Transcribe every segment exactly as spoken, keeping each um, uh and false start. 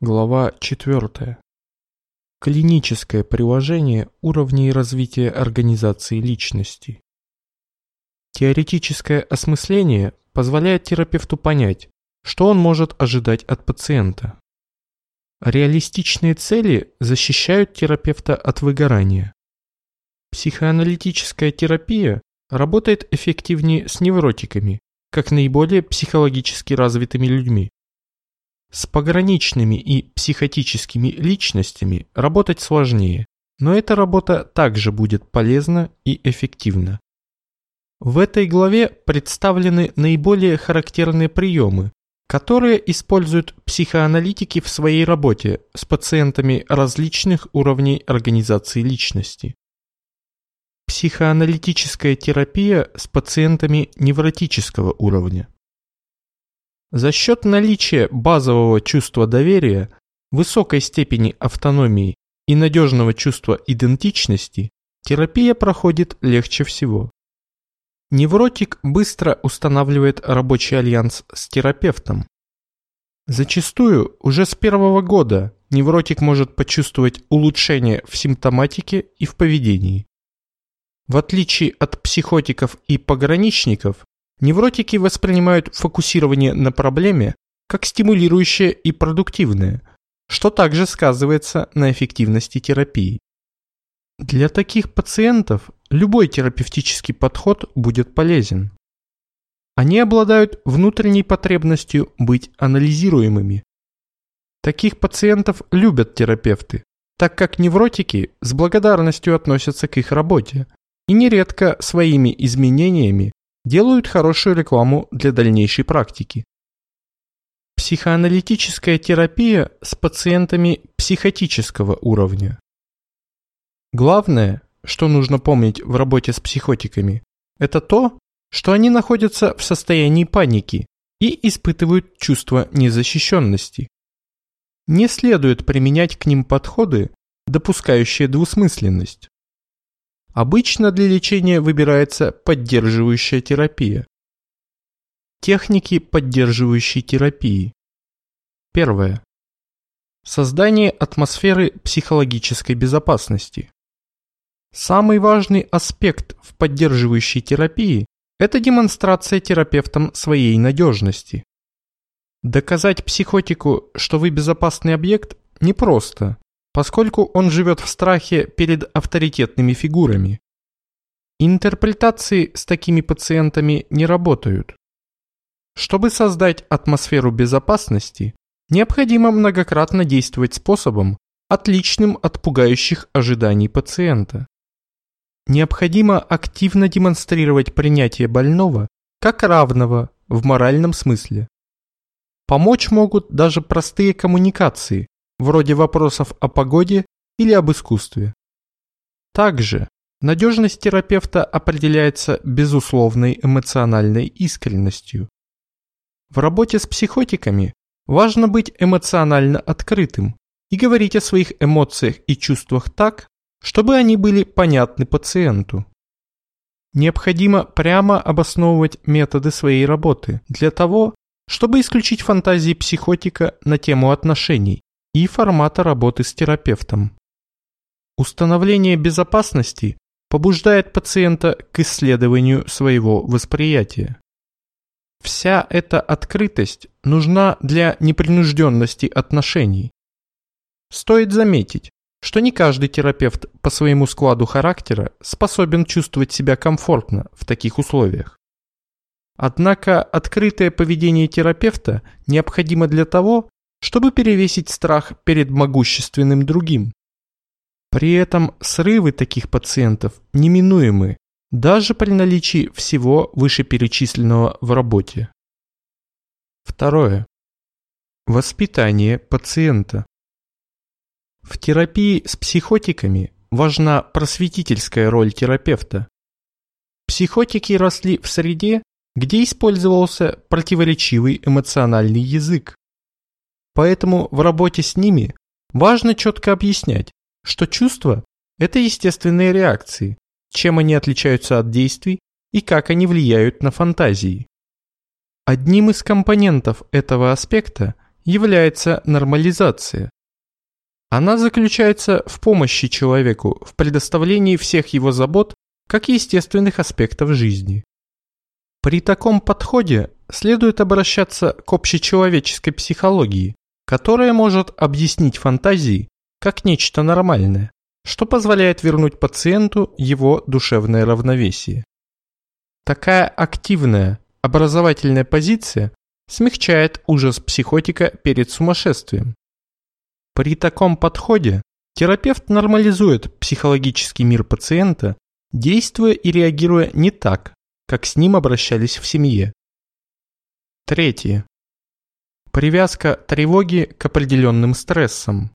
Глава четвёртая. Клиническое приложение уровней развития организации личности. Теоретическое осмысление позволяет терапевту понять, что он может ожидать от пациента. Реалистичные цели защищают терапевта от выгорания. Психоаналитическая терапия работает эффективнее с невротиками, как наиболее психологически развитыми людьми. С пограничными и психотическими личностями работать сложнее, но эта работа также будет полезна и эффективна. В этой главе представлены наиболее характерные приемы, которые используют психоаналитики в своей работе с пациентами различных уровней организации личности. Психоаналитическая терапия с пациентами невротического уровня. За счет наличия базового чувства доверия, высокой степени автономии и надежного чувства идентичности терапия проходит легче всего. Невротик быстро устанавливает рабочий альянс с терапевтом. Зачастую уже с первого года невротик может почувствовать улучшение в симптоматике и в поведении. В отличие от психотиков и пограничников, невротики воспринимают фокусирование на проблеме как стимулирующее и продуктивное, что также сказывается на эффективности терапии. Для таких пациентов любой терапевтический подход будет полезен. Они обладают внутренней потребностью быть анализируемыми. Таких пациентов любят терапевты, так как невротики с благодарностью относятся к их работе и нередко своими изменениями делают хорошую рекламу для дальнейшей практики. Психоаналитическая терапия с пациентами психотического уровня. Главное, что нужно помнить в работе с психотиками, это то, что они находятся в состоянии паники и испытывают чувство незащищенности. Не следует применять к ним подходы, допускающие двусмысленность. Обычно для лечения выбирается поддерживающая терапия. Техники поддерживающей терапии. Первое. Создание атмосферы психологической безопасности. Самый важный аспект в поддерживающей терапии – это демонстрация терапевтом своей надежности. Доказать психотику, что вы безопасный объект, непросто, поскольку он живет в страхе перед авторитетными фигурами. Интерпретации с такими пациентами не работают. Чтобы создать атмосферу безопасности, необходимо многократно действовать способом, отличным от пугающих ожиданий пациента. Необходимо активно демонстрировать принятие больного как равного в моральном смысле. Помочь могут даже простые коммуникации, вроде вопросов о погоде или об искусстве. Также надежность терапевта определяется безусловной эмоциональной искренностью. В работе с психотиками важно быть эмоционально открытым и говорить о своих эмоциях и чувствах так, чтобы они были понятны пациенту. Необходимо прямо обосновывать методы своей работы для того, чтобы исключить фантазии психотика на тему отношений и формата работы с терапевтом. Установление безопасности побуждает пациента к исследованию своего восприятия. Вся эта открытость нужна для непринужденности отношений. Стоит заметить, что не каждый терапевт по своему складу характера способен чувствовать себя комфортно в таких условиях. Однако открытое поведение терапевта необходимо для того, чтобы перевесить страх перед могущественным другим. При этом срывы таких пациентов неминуемы, даже при наличии всего вышеперечисленного в работе. Второе. Воспитание пациента. В терапии с психотиками важна просветительская роль терапевта. Психотики росли в среде, где использовался противоречивый эмоциональный язык. Поэтому в работе с ними важно четко объяснять, что чувства – это естественные реакции, чем они отличаются от действий и как они влияют на фантазии. Одним из компонентов этого аспекта является нормализация. Она заключается в помощи человеку в предоставлении всех его забот как естественных аспектов жизни. При таком подходе следует обращаться к общечеловеческой психологии, которая может объяснить фантазии как нечто нормальное, что позволяет вернуть пациенту его душевное равновесие. Такая активная, образовательная позиция смягчает ужас психотика перед сумасшествием. При таком подходе терапевт нормализует психологический мир пациента, действуя и реагируя не так, как с ним обращались в семье. Третье. Привязка тревоги к определенным стрессам.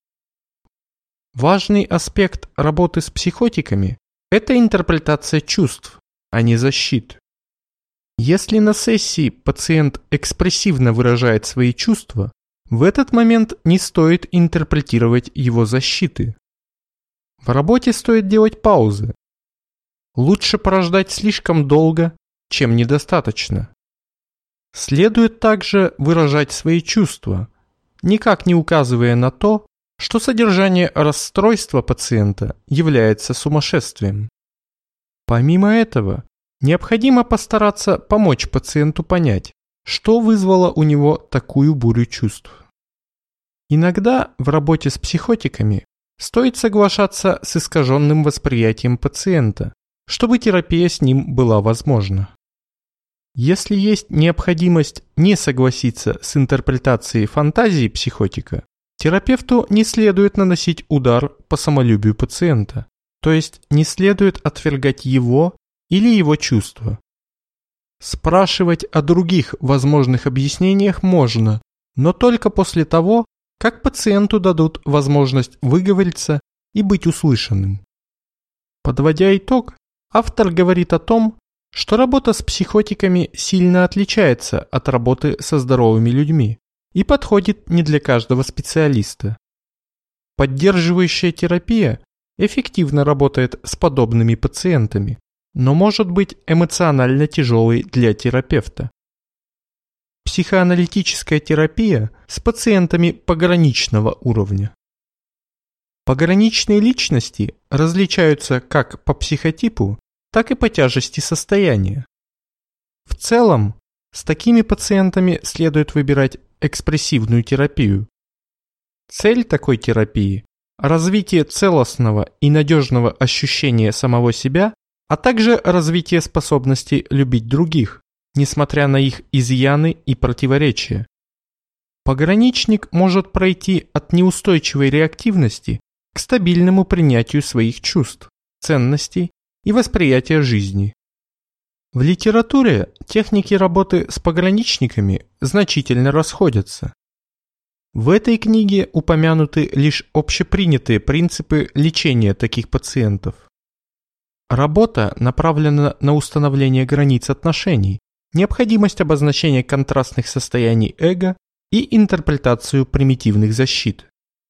Важный аспект работы с психотиками – это интерпретация чувств, а не защит. Если на сессии пациент экспрессивно выражает свои чувства, в этот момент не стоит интерпретировать его защиты. В работе стоит делать паузы. Лучше порождать слишком долго, чем недостаточно. Следует также выражать свои чувства, никак не указывая на то, что содержание расстройства пациента является сумасшествием. Помимо этого, необходимо постараться помочь пациенту понять, что вызвало у него такую бурю чувств. Иногда в работе с психотиками стоит соглашаться с искаженным восприятием пациента, чтобы терапия с ним была возможна. Если есть необходимость не согласиться с интерпретацией фантазии психотика, терапевту не следует наносить удар по самолюбию пациента, то есть не следует отвергать его или его чувства. Спрашивать о других возможных объяснениях можно, но только после того, как пациенту дадут возможность выговориться и быть услышанным. Подводя итог, автор говорит о том, что работа с психотиками сильно отличается от работы со здоровыми людьми и подходит не для каждого специалиста. Поддерживающая терапия эффективно работает с подобными пациентами, но может быть эмоционально тяжелой для терапевта. Психоаналитическая терапия с пациентами пограничного уровня. Пограничные личности различаются как по психотипу, так и по тяжести состояния. В целом, с такими пациентами следует выбирать экспрессивную терапию. Цель такой терапии – развитие целостного и надежного ощущения самого себя, а также развитие способности любить других, несмотря на их изъяны и противоречия. Пограничник может пройти от неустойчивой реактивности к стабильному принятию своих чувств, ценностей и восприятия жизни. В литературе техники работы с пограничниками значительно расходятся. В этой книге упомянуты лишь общепринятые принципы лечения таких пациентов. Работа направлена на установление границ отношений, необходимость обозначения контрастных состояний эго и интерпретацию примитивных защит.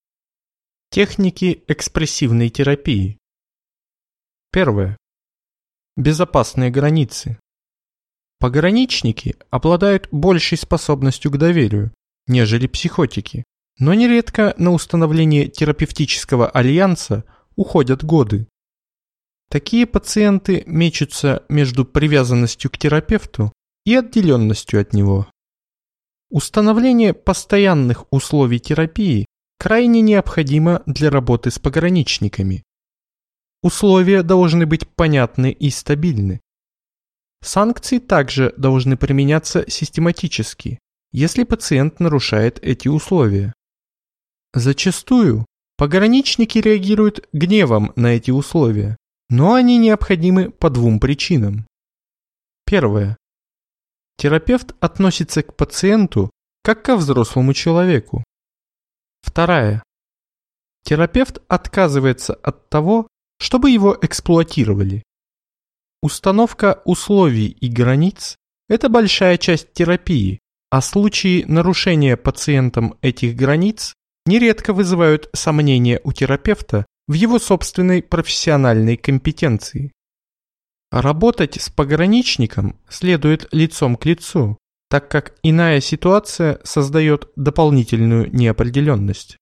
Техники экспрессивной терапии. Первое. Безопасные границы. Пограничники обладают большей способностью к доверию, нежели психотики, но нередко на установление терапевтического альянса уходят годы. Такие пациенты мечутся между привязанностью к терапевту и отделенностью от него. Установление постоянных условий терапии крайне необходимо для работы с пограничниками. Условия должны быть понятны и стабильны. Санкции также должны применяться систематически, если пациент нарушает эти условия. Зачастую пограничники реагируют гневом на эти условия, но они необходимы по двум причинам. Первое. Терапевт относится к пациенту как ко взрослому человеку. Вторая. Терапевт отказывается от того, чтобы его эксплуатировали. Установка условий и границ – это большая часть терапии, а случаи нарушения пациентом этих границ нередко вызывают сомнения у терапевта в его собственной профессиональной компетенции. Работать с пограничником следует лицом к лицу, так как иная ситуация создает дополнительную неопределенность.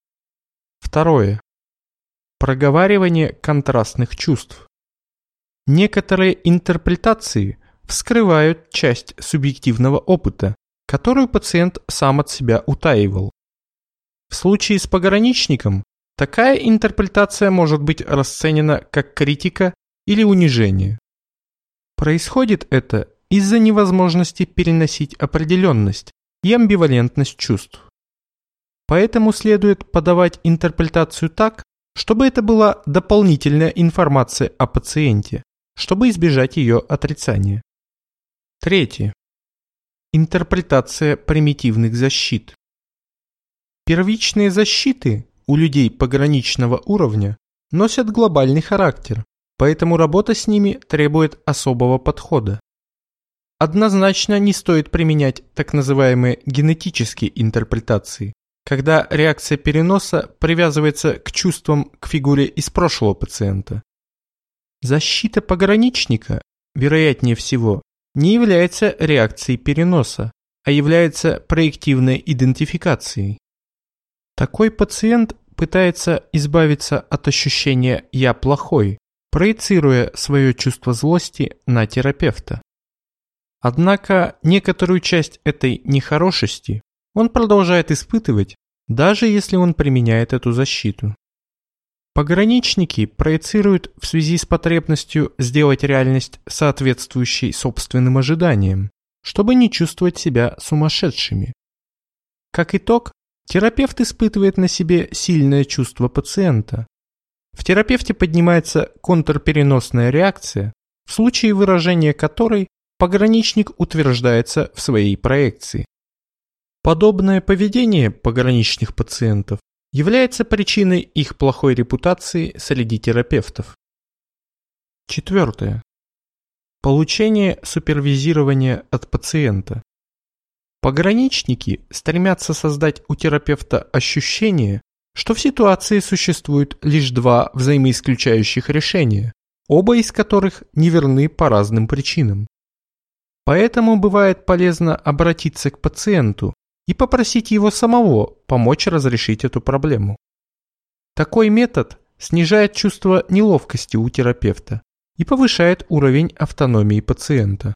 Второе. Проговаривание контрастных чувств. Некоторые интерпретации вскрывают часть субъективного опыта, которую пациент сам от себя утаивал. В случае с пограничником такая интерпретация может быть расценена как критика или унижение. Происходит это из-за невозможности переносить определенность и амбивалентность чувств. Поэтому следует подавать интерпретацию так, чтобы это была дополнительная информация о пациенте, чтобы избежать ее отрицания. Третье. Интерпретация примитивных защит. Первичные защиты у людей пограничного уровня носят глобальный характер, поэтому работа с ними требует особого подхода. Однозначно не стоит применять так называемые генетические интерпретации, когда реакция переноса привязывается к чувствам к фигуре из прошлого пациента. Защита пограничника, вероятнее всего, не является реакцией переноса, а является проективной идентификацией. Такой пациент пытается избавиться от ощущения «я плохой», проецируя свое чувство злости на терапевта. Однако некоторую часть этой нехорошести он продолжает испытывать, даже если он применяет эту защиту. Пограничники проецируют в связи с потребностью сделать реальность соответствующей собственным ожиданиям, чтобы не чувствовать себя сумасшедшими. Как итог, терапевт испытывает на себе сильное чувство пациента. В терапевте поднимается контрпереносная реакция, в случае выражения которой пограничник утверждается в своей проекции. Подобное поведение пограничных пациентов является причиной их плохой репутации среди терапевтов. Четвертое. Получение супервизирования от пациента. Пограничники стремятся создать у терапевта ощущение, что в ситуации существует лишь два взаимоисключающих решения, оба из которых неверны по разным причинам. Поэтому бывает полезно обратиться к пациенту и попросить его самого помочь разрешить эту проблему. Такой метод снижает чувство неловкости у терапевта и повышает уровень автономии пациента.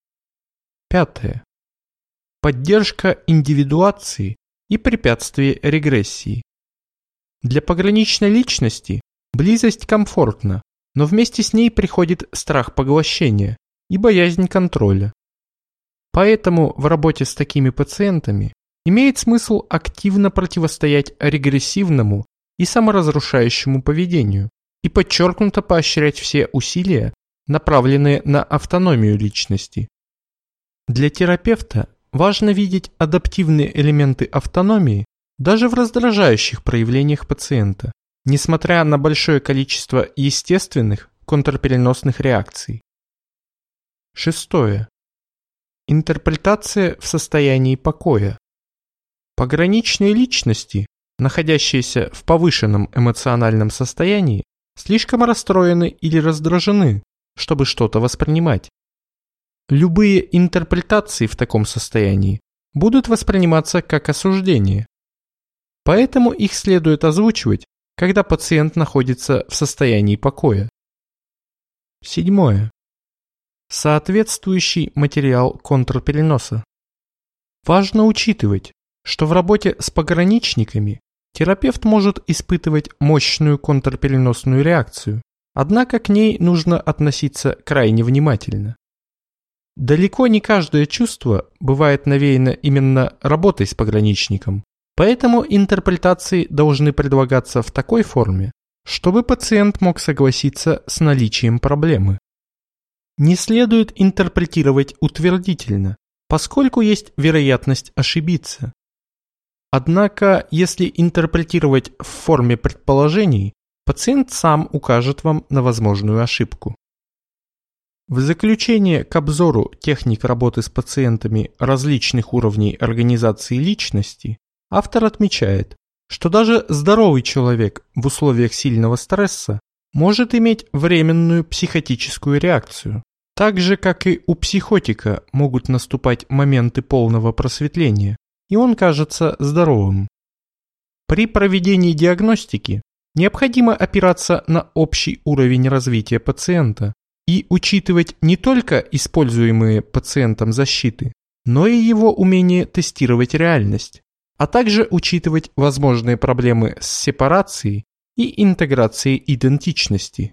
Пятое. Поддержка индивидуации и препятствие регрессии. Для пограничной личности близость комфортна, но вместе с ней приходит страх поглощения и боязнь контроля. Поэтому в работе с такими пациентами имеет смысл активно противостоять регрессивному и саморазрушающему поведению и подчеркнуто поощрять все усилия, направленные на автономию личности. Для терапевта важно видеть адаптивные элементы автономии даже в раздражающих проявлениях пациента, несмотря на большое количество естественных контрпереносных реакций. Шестое. Интерпретация в состоянии покоя. Пограничные личности, находящиеся в повышенном эмоциональном состоянии, слишком расстроены или раздражены, чтобы что-то воспринимать. Любые интерпретации в таком состоянии будут восприниматься как осуждение. Поэтому их следует озвучивать, когда пациент находится в состоянии покоя. Седьмое. Соответствующий материал контрпереноса. Важно учитывать, что в работе с пограничниками терапевт может испытывать мощную контрпереносную реакцию, однако к ней нужно относиться крайне внимательно. Далеко не каждое чувство бывает навеяно именно работой с пограничником, поэтому интерпретации должны предлагаться в такой форме, чтобы пациент мог согласиться с наличием проблемы. Не следует интерпретировать утвердительно, поскольку есть вероятность ошибиться. Однако, если интерпретировать в форме предположений, пациент сам укажет вам на возможную ошибку. В заключение к обзору техник работы с пациентами различных уровней организации личности, автор отмечает, что даже здоровый человек в условиях сильного стресса может иметь временную психотическую реакцию, Так же, как и у психотика, могут наступать моменты полного просветления, и он кажется здоровым. При проведении диагностики необходимо опираться на общий уровень развития пациента и учитывать не только используемые пациентом защиты, но и его умение тестировать реальность, а также учитывать возможные проблемы с сепарацией и интеграцией идентичности.